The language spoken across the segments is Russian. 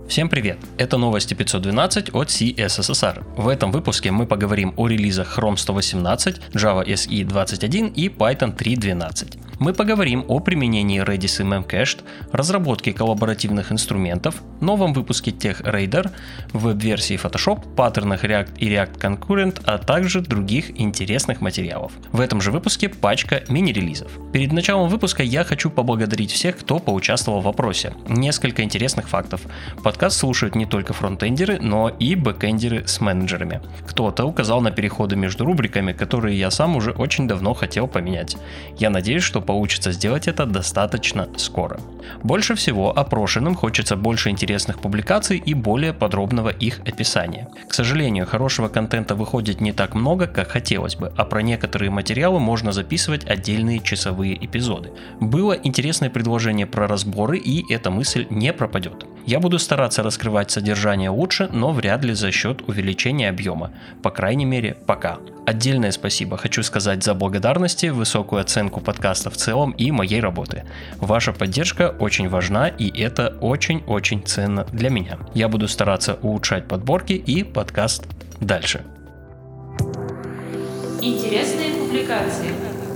Всем привет! Это новости 512 от CSSR. В этом выпуске мы поговорим о релизах Chrome 118, Java SE 21 и Python 3.12. Мы поговорим о применении Redis и Memcached, разработке коллаборативных инструментов, новом выпуске TechRadar, веб-версии Photoshop, паттернах React и React Concurrent, а также других интересных материалов. В этом же выпуске пачка мини-релизов. Перед началом выпуска я хочу поблагодарить всех, кто поучаствовал в опросе. Несколько интересных фактов. Подкаст слушают не только фронтендеры, но и бэкендеры с менеджерами. Кто-то указал на переходы между рубриками, которые я сам уже очень давно хотел поменять. Я надеюсь, что получится сделать это достаточно скоро. Больше всего опрошенным хочется больше интересных публикаций и более подробного их описания. К сожалению, хорошего контента выходит не так много, как хотелось бы, а про некоторые материалы можно записывать отдельные часовые эпизоды. Было интересное предложение про разборы, и эта мысль не пропадет. Я буду стараться раскрывать содержание лучше, но вряд ли за счет увеличения объема. По крайней мере, пока. Отдельное спасибо хочу сказать за благодарности, высокую оценку подкаста в целом и моей работы. Ваша поддержка очень важна, и это очень-очень ценно для меня. Я буду стараться улучшать подборки и подкаст дальше. Интересные публикации.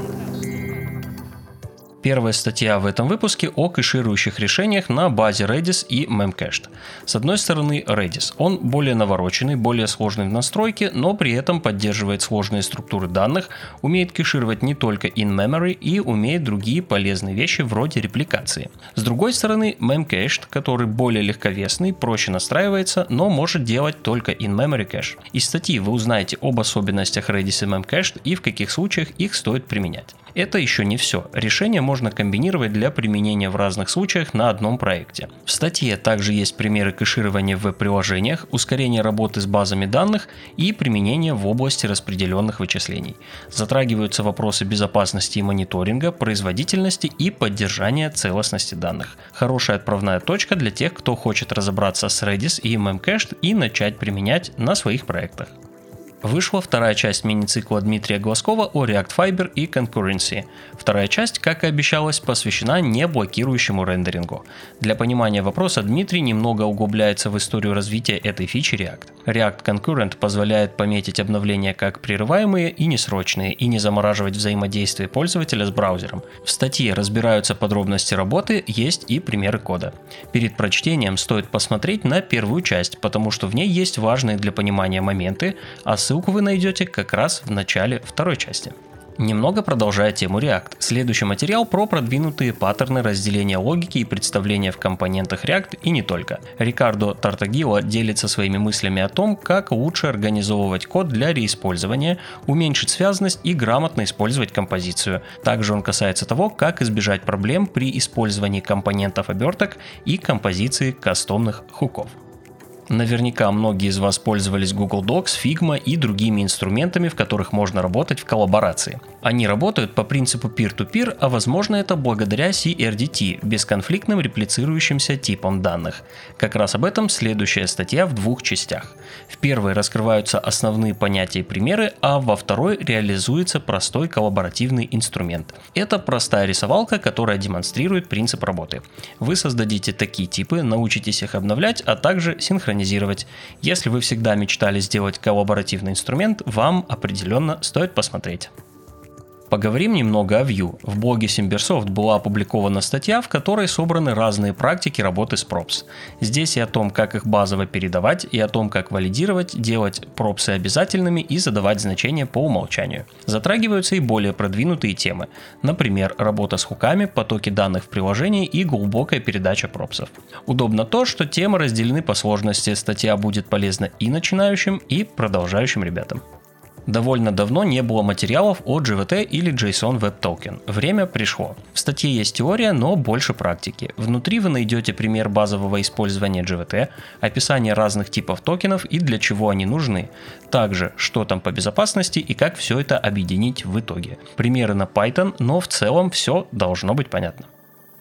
Первая статья в этом выпуске о кэширующих решениях на базе Redis и Memcached. С одной стороны, Redis. Он более навороченный, более сложный в настройке, но при этом поддерживает сложные структуры данных, умеет кэшировать не только in-memory и умеет другие полезные вещи вроде репликации. С другой стороны, Memcached, который более легковесный, проще настраивается, но может делать только in-memory кэш. Из статьи вы узнаете об особенностях Redis и Memcached и в каких случаях их стоит применять. Это еще не все. Решение можно комбинировать для применения в разных случаях на одном проекте. В статье также есть примеры кэширования в веб-приложениях, ускорение работы с базами данных и применение в области распределенных вычислений. Затрагиваются вопросы безопасности и мониторинга, производительности и поддержания целостности данных. Хорошая отправная точка для тех, кто хочет разобраться с Redis и Memcached и начать применять на своих проектах. Вышла вторая часть мини-цикла Дмитрия Глазкова о React Fiber и Concurrency. Вторая часть, как и обещалось, посвящена неблокирующему рендерингу. Для понимания вопроса Дмитрий немного углубляется в историю развития этой фичи React. React Concurrent позволяет пометить обновления как прерываемые и несрочные и не замораживать взаимодействие пользователя с браузером. В статье разбираются подробности работы, есть и примеры кода. Перед прочтением стоит посмотреть на первую часть, потому что в ней есть важные для понимания моменты, а ссылку вы найдете как раз в начале второй части. Немного продолжая тему React. Следующий материал про продвинутые паттерны разделения логики и представления в компонентах React и не только. Рикардо Тартагило делится своими мыслями о том, как лучше организовывать код для реиспользования, уменьшить связность и грамотно использовать композицию. Также он касается того, как избежать проблем при использовании компонентов оберток и композиции кастомных хуков. Наверняка многие из вас пользовались Google Docs, Figma и другими инструментами, в которых можно работать в коллаборации. Они работают по принципу peer-to-peer, а возможно это благодаря CRDT, бесконфликтным реплицирующимся типам данных. Как раз об этом следующая статья в двух частях. В первой раскрываются основные понятия и примеры, а во второй реализуется простой коллаборативный инструмент. Это простая рисовалка, которая демонстрирует принцип работы. Вы создадите такие типы, научитесь их обновлять, а также синхронизировать. Если вы всегда мечтали сделать коллаборативный инструмент, вам определенно стоит посмотреть. Поговорим немного о Vue. В блоге Symbisoft была опубликована статья, в которой собраны разные практики работы с пропс. Здесь и о том, как их базово передавать, и о том, как валидировать, делать пропсы обязательными и задавать значения по умолчанию. Затрагиваются и более продвинутые темы, например, работа с хуками, потоки данных в приложении и глубокая передача пропсов. Удобно то, что темы разделены по сложности, статья будет полезна и начинающим, и продолжающим ребятам. Довольно давно не было материалов о JWT или JSON Web Token. Время пришло. В статье есть теория, но больше практики. Внутри вы найдете пример базового использования JWT, описание разных типов токенов и для чего они нужны. Также, что там по безопасности и как все это объединить в итоге. Примеры на Python, но в целом все должно быть понятно.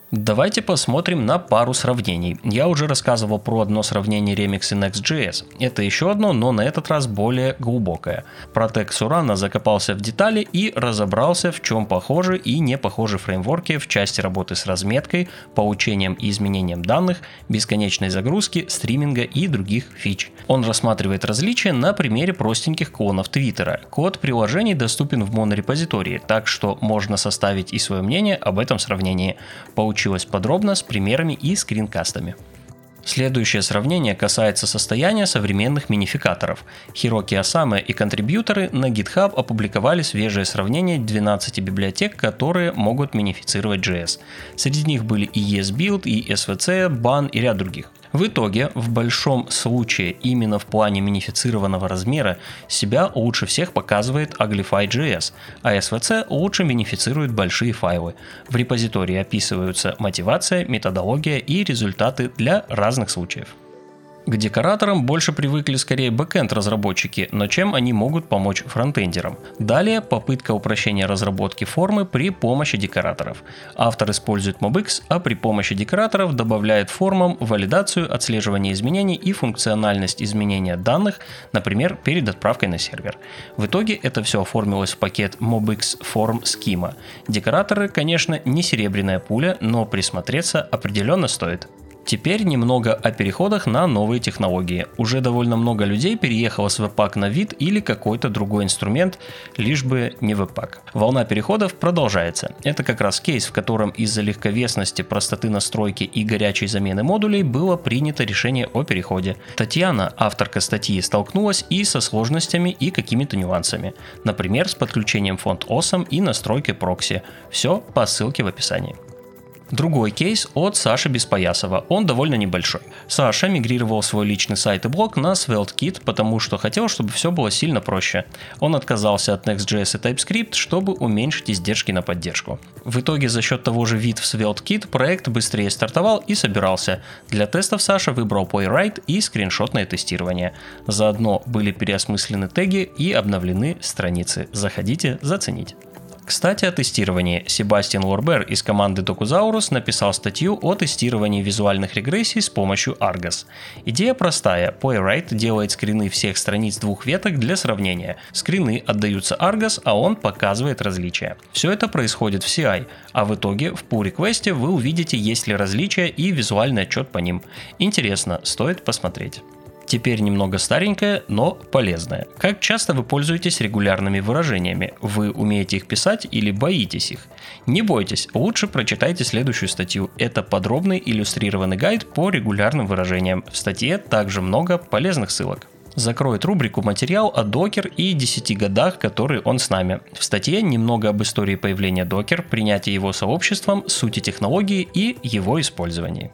Давайте посмотрим на пару сравнений. Я уже рассказывал про одно сравнение Remix и Next.js. Это еще одно, но на этот раз более глубокое. Протек Сурана закопался в детали и разобрался, в чем похожи и не похожи фреймворки в части работы с разметкой, получением и изменением данных, бесконечной загрузки, стриминга и других фич. Он рассматривает различия на примере простеньких клонов Твиттера. Код приложений доступен в монорепозитории, так что можно составить и свое мнение об этом сравнении. Получилось подробно с примерами и скринкастами. Следующее сравнение касается состояния современных минификаторов. Hiroki Asame и контрибьюторы на GitHub опубликовали свежее сравнение 12 библиотек, которые могут минифицировать JS. Среди них были и ESBuild, и SVC, Ban и ряд других. В итоге, в большом случае, именно в плане минифицированного размера, себя лучше всех показывает Uglify.js, а SVC лучше минифицирует большие файлы. В репозитории описываются мотивация, методология и результаты для разных случаев. К декораторам больше привыкли скорее бэкэнд-разработчики, но чем они могут помочь фронтендерам? Далее попытка упрощения разработки формы при помощи декораторов. Автор использует MobX, а при помощи декораторов добавляет формам валидацию, отслеживание изменений и функциональность изменения данных, например, перед отправкой на сервер. В итоге это все оформилось в пакет MobX Form Schema. Декораторы, конечно, не серебряная пуля, но присмотреться определенно стоит. Теперь немного о переходах на новые технологии. Уже довольно много людей переехало с Webpack на Vite или какой-то другой инструмент, лишь бы не Webpack. Волна переходов продолжается. Это как раз кейс, в котором из-за легковесности, простоты настройки и горячей замены модулей было принято решение о переходе. Татьяна, авторка статьи, столкнулась и со сложностями и какими-то нюансами. Например, с подключением фонд Awesome и настройкой прокси. Все по ссылке в описании. Другой кейс от Саши Беспоясова, он довольно небольшой. Саша мигрировал свой личный сайт и блог на SvelteKit, потому что хотел, чтобы все было сильно проще. Он отказался от Next.js и TypeScript, чтобы уменьшить издержки на поддержку. В итоге за счет того же Vite в SvelteKit проект быстрее стартовал и собирался. Для тестов Саша выбрал Playwright и скриншотное тестирование. Заодно были переосмыслены теги и обновлены страницы. Заходите заценить. Кстати, о тестировании. Себастьян Лорбер из команды Docusaurus написал статью о тестировании визуальных регрессий с помощью Argos. Идея простая. Playwright делает скрины всех страниц двух веток для сравнения. Скрины отдаются Argos, а он показывает различия. Все это происходит в CI, а в итоге в pull-request вы увидите, есть ли различия и визуальный отчет по ним. Интересно, стоит посмотреть. Теперь немного старенькое, но полезное. Как часто вы пользуетесь регулярными выражениями? Вы умеете их писать или боитесь их? Не бойтесь, лучше прочитайте следующую статью. Это подробный иллюстрированный гайд по регулярным выражениям. В статье также много полезных ссылок. Закроет рубрику «Материал» о Docker и 10 годах, которые он с нами. В статье немного об истории появления Docker, принятии его сообществом, сути технологии и его использовании.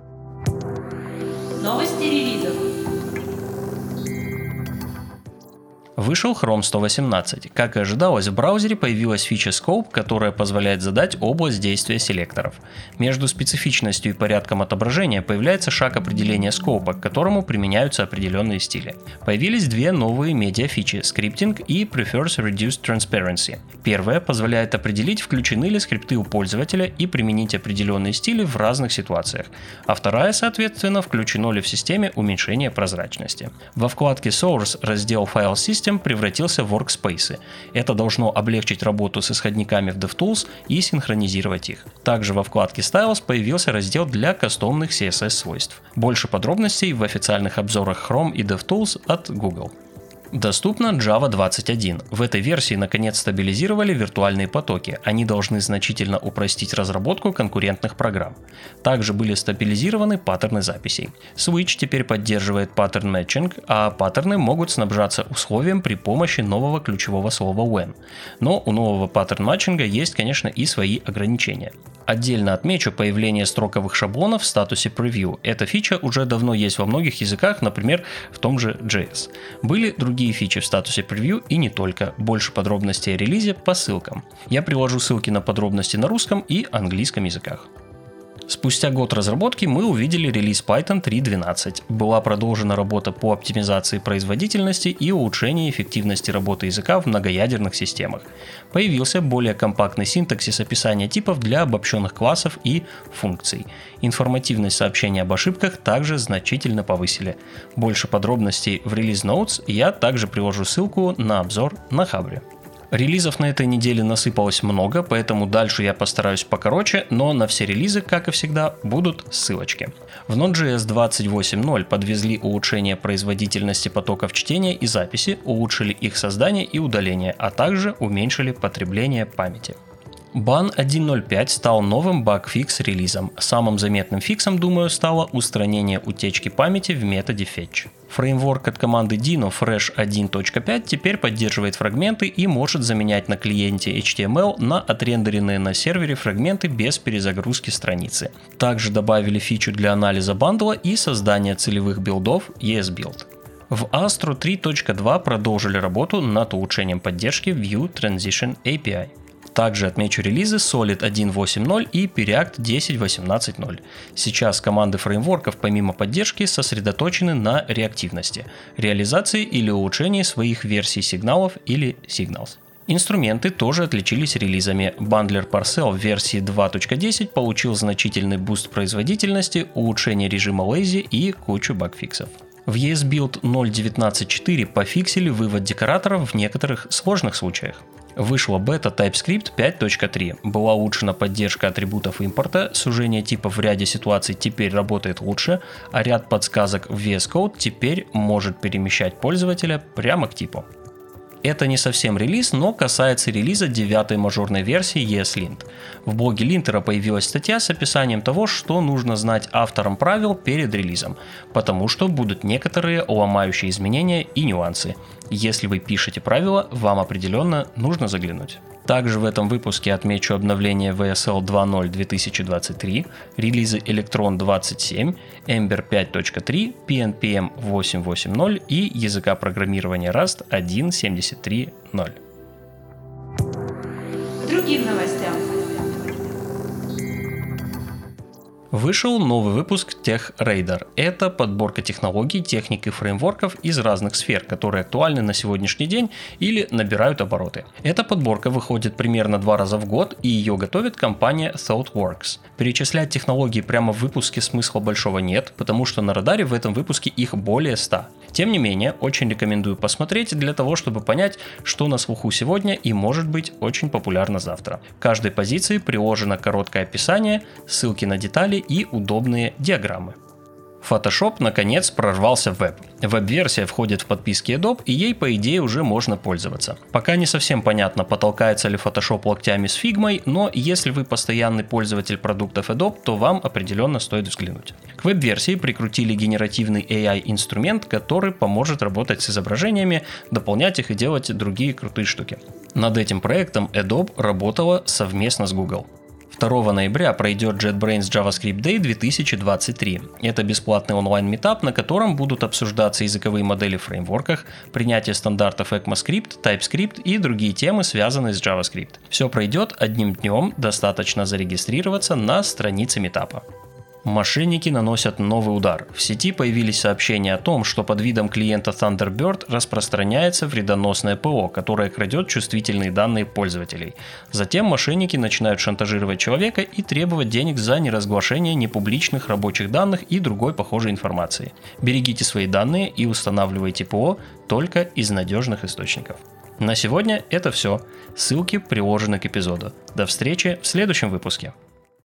Новости релизов. Вышел Chrome 118. Как и ожидалось, в браузере появилась фича Scope, которая позволяет задать область действия селекторов. Между специфичностью и порядком отображения появляется шаг определения скопа, к которому применяются определенные стили. Появились две новые медиа-фичи – Scripting и Prefers Reduced Transparency. Первая позволяет определить, включены ли скрипты у пользователя и применить определенные стили в разных ситуациях. А вторая, соответственно, включено ли в системе уменьшение прозрачности. Во вкладке Source раздел File System превратился в Workspace. Это должно облегчить работу с исходниками в DevTools и синхронизировать их. Также во вкладке Styles появился раздел для кастомных CSS-свойств. Больше подробностей в официальных обзорах Chrome и DevTools от Google. Доступна Java 21. В этой версии наконец стабилизировали виртуальные потоки. Они должны значительно упростить разработку конкурентных программ. Также были стабилизированы паттерны записей. Switch теперь поддерживает паттерн matching, а паттерны могут снабжаться условием при помощи нового ключевого слова when. Но у нового паттерн матчинга есть, конечно, и свои ограничения. Отдельно отмечу появление строковых шаблонов в статусе Preview. Эта фича уже давно есть во многих языках, например, в том же JS. Были другие фичи в статусе Preview и не только. Больше подробностей о релизе по ссылкам. Я приложу ссылки на подробности на русском и английском языках. Спустя год разработки мы увидели релиз Python 3.12. Была продолжена работа по оптимизации производительности и улучшению эффективности работы языка в многоядерных системах. Появился более компактный синтаксис описания типов для обобщенных классов и функций. Информативность сообщения об ошибках также значительно повысили. Больше подробностей в Release Notes, я также приложу ссылку на обзор на Хабре. Релизов на этой неделе насыпалось много, поэтому дальше я постараюсь покороче, но на все релизы, как и всегда, будут ссылочки. В Node.js 28.0 подвезли улучшение производительности потоков чтения и записи, улучшили их создание и удаление, а также уменьшили потребление памяти. Ban 1.0.5 стал новым баг-фикс релизом. Самым заметным фиксом, думаю, стало устранение утечки памяти в методе fetch. Фреймворк от команды Dino Fresh 1.5 теперь поддерживает фрагменты и может заменять на клиенте HTML на отрендеренные на сервере фрагменты без перезагрузки страницы. Также добавили фичу для анализа бандла и создания целевых билдов ESBuild. В Astro 3.2 продолжили работу над улучшением поддержки Vue Transition API. Также отмечу релизы Solid 1.8.0 и Preact 10.18.0. Сейчас команды фреймворков помимо поддержки сосредоточены на реактивности, реализации или улучшении своих версий сигналов или signals. Инструменты тоже отличились релизами. Бандлер Parcel в версии 2.10 получил значительный буст производительности, улучшение режима Lazy и кучу багфиксов. В ESBuild 0.19.4 пофиксили вывод декораторов в некоторых сложных случаях. Вышла бета TypeScript 5.3, была улучшена поддержка атрибутов импорта, сужение типов в ряде ситуаций теперь работает лучше, а ряд подсказок в VS Code теперь может перемещать пользователя прямо к типу. Это не совсем релиз, но касается релиза 9-й мажорной версии ESLint. В блоге линтера появилась статья с описанием того, что нужно знать авторам правил перед релизом, потому что будут некоторые ломающие изменения и нюансы. Если вы пишете правила, вам определенно нужно заглянуть. Также в этом выпуске отмечу обновление WSL 2.0 2023, релизы Electron 27, Ember 5.3, PNPM 8.8.0 и языка программирования Rust 1.73.0. К другим новостям. Вышел новый выпуск TechRadar. Это подборка технологий, техник и фреймворков из разных сфер, которые актуальны на сегодняшний день или набирают обороты. Эта подборка выходит примерно 2 раза в год, и ее готовит компания ThoughtWorks. Перечислять технологии прямо в выпуске смысла большого нет, потому что на радаре в этом выпуске их более 100. Тем не менее, очень рекомендую посмотреть для того, чтобы понять, что на слуху сегодня и может быть очень популярно завтра. К каждой позиции приложено короткое описание, ссылки на детали и удобные диаграммы. Photoshop наконец прорвался в веб. Веб-версия входит в подписки Adobe, и ей по идее уже можно пользоваться. Пока не совсем понятно, потолкается ли Photoshop локтями с фигмой, но если вы постоянный пользователь продуктов Adobe, то вам определенно стоит взглянуть. К веб-версии прикрутили генеративный AI-инструмент, который поможет работать с изображениями, дополнять их и делать другие крутые штуки. Над этим проектом Adobe работала совместно с Google. 2 ноября пройдет JetBrains JavaScript Day 2023. Это бесплатный онлайн-митап, на котором будут обсуждаться языковые модели в фреймворках, принятие стандартов ECMAScript, TypeScript и другие темы, связанные с JavaScript. Все пройдет одним днем, достаточно зарегистрироваться на странице митапа. Мошенники наносят новый удар. В сети появились сообщения о том, что под видом клиента Thunderbird распространяется вредоносное ПО, которое крадет чувствительные данные пользователей. Затем мошенники начинают шантажировать человека и требовать денег за неразглашение непубличных рабочих данных и другой похожей информации. Берегите свои данные и устанавливайте ПО только из надежных источников. На сегодня это все. Ссылки приложены к эпизоду. До встречи в следующем выпуске.